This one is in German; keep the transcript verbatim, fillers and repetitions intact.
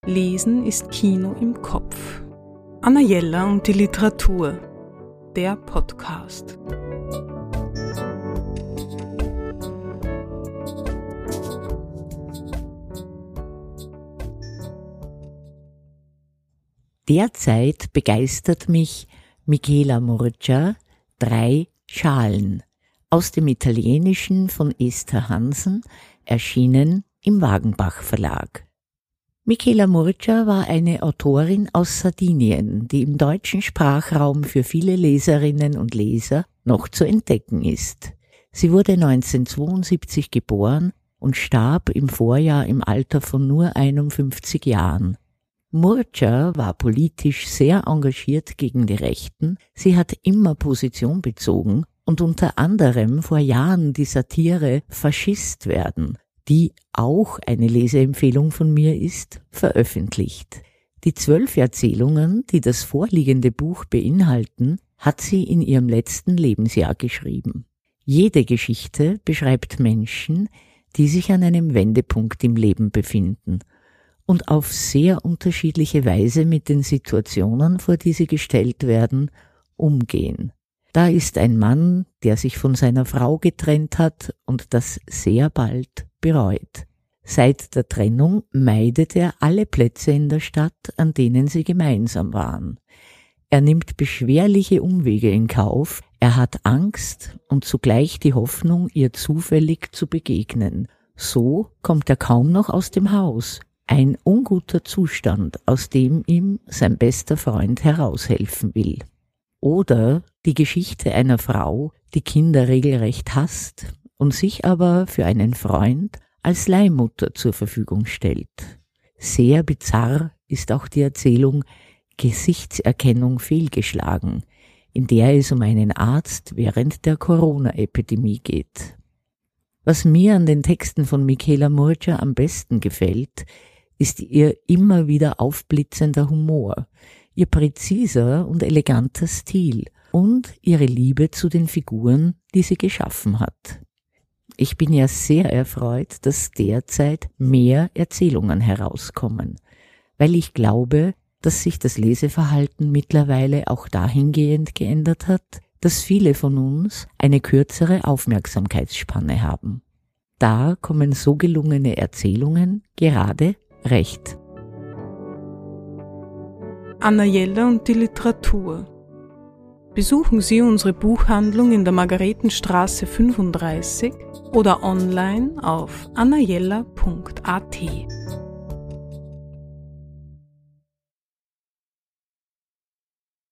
Lesen ist Kino im Kopf. Anna Jeller und die Literatur. Der Podcast. Derzeit begeistert mich Michela Murgia Drei Schalen aus dem Italienischen von Esther Hansen, erschienen im Wagenbach Verlag. Michela Murgia war eine Autorin aus Sardinien, die im deutschen Sprachraum für viele Leserinnen und Leser noch zu entdecken ist. Sie wurde neunzehnhundertzweiundsiebzig geboren und starb im Vorjahr im Alter von nur einundfünfzig Jahren. Murgia war politisch sehr engagiert gegen die Rechten, sie hat immer Position bezogen und unter anderem vor Jahren die Satire Faschist werden, die auch eine Leseempfehlung von mir ist, veröffentlicht. Die zwölf Erzählungen, die das vorliegende Buch beinhalten, hat sie in ihrem letzten Lebensjahr geschrieben. Jede Geschichte beschreibt Menschen, die sich an einem Wendepunkt im Leben befinden und auf sehr unterschiedliche Weise mit den Situationen, vor die sie gestellt werden, umgehen. Da ist ein Mann, der sich von seiner Frau getrennt hat und das sehr bald bereut. Seit der Trennung meidet er alle Plätze in der Stadt, an denen sie gemeinsam waren. Er nimmt beschwerliche Umwege in Kauf, er hat Angst und zugleich die Hoffnung, ihr zufällig zu begegnen. So kommt er kaum noch aus dem Haus. Ein unguter Zustand, aus dem ihm sein bester Freund heraushelfen will. Oder die Geschichte einer Frau, die Kinder regelrecht hasst und sich aber für einen Freund als Leihmutter zur Verfügung stellt. Sehr bizarr ist auch die Erzählung Gesichtserkennung fehlgeschlagen, in der es um einen Arzt während der Corona-Epidemie geht. Was mir an den Texten von Michela Murgia am besten gefällt, ist ihr immer wieder aufblitzender Humor, ihr präziser und eleganter Stil und ihre Liebe zu den Figuren, die sie geschaffen hat. Ich bin ja sehr erfreut, dass derzeit mehr Erzählungen herauskommen, weil ich glaube, dass sich das Leseverhalten mittlerweile auch dahingehend geändert hat, dass viele von uns eine kürzere Aufmerksamkeitsspanne haben. Da kommen so gelungene Erzählungen gerade recht. Anna Jeller und die Literatur. Besuchen Sie unsere Buchhandlung in der Margaretenstraße fünfunddreißig oder online auf anna jeller punkt a t.